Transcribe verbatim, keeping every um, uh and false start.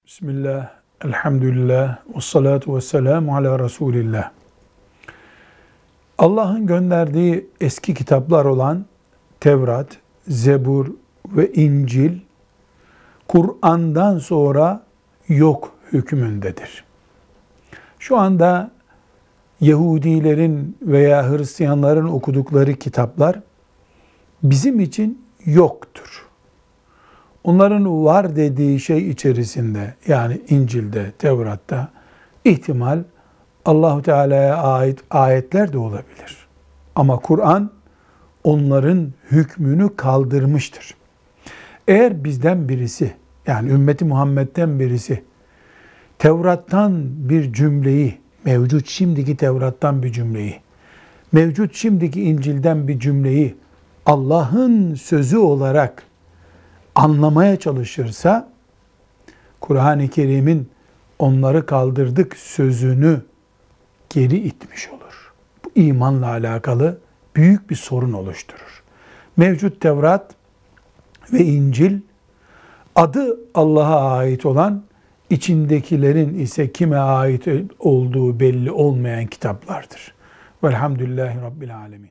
Bismillah, elhamdülillah, ve salatu ve selamu ala Resulillah. Allah'ın gönderdiği eski kitaplar olan Tevrat, Zebur ve İncil, Kur'an'dan sonra yok hükmündedir. Şu anda Yahudilerin veya Hristiyanların okudukları kitaplar bizim için yoktur. Onların var dediği şey içerisinde, yani İncil'de, Tevrat'ta ihtimal Allah-u Teala'ya ait ayetler de olabilir. Ama Kur'an onların hükmünü kaldırmıştır. Eğer bizden birisi, yani ümmeti Muhammed'den birisi Tevrat'tan bir cümleyi, mevcut şimdiki Tevrat'tan bir cümleyi, mevcut şimdiki İncil'den bir cümleyi Allah'ın sözü olarak anlamaya çalışırsa, Kur'an-ı Kerim'in onları kaldırdık sözünü geri itmiş olur. Bu imanla alakalı büyük bir sorun oluşturur. Mevcut Tevrat ve İncil, adı Allah'a ait olan, içindekilerin ise kime ait olduğu belli olmayan kitaplardır. Velhamdülillahi Rabbil Alemin.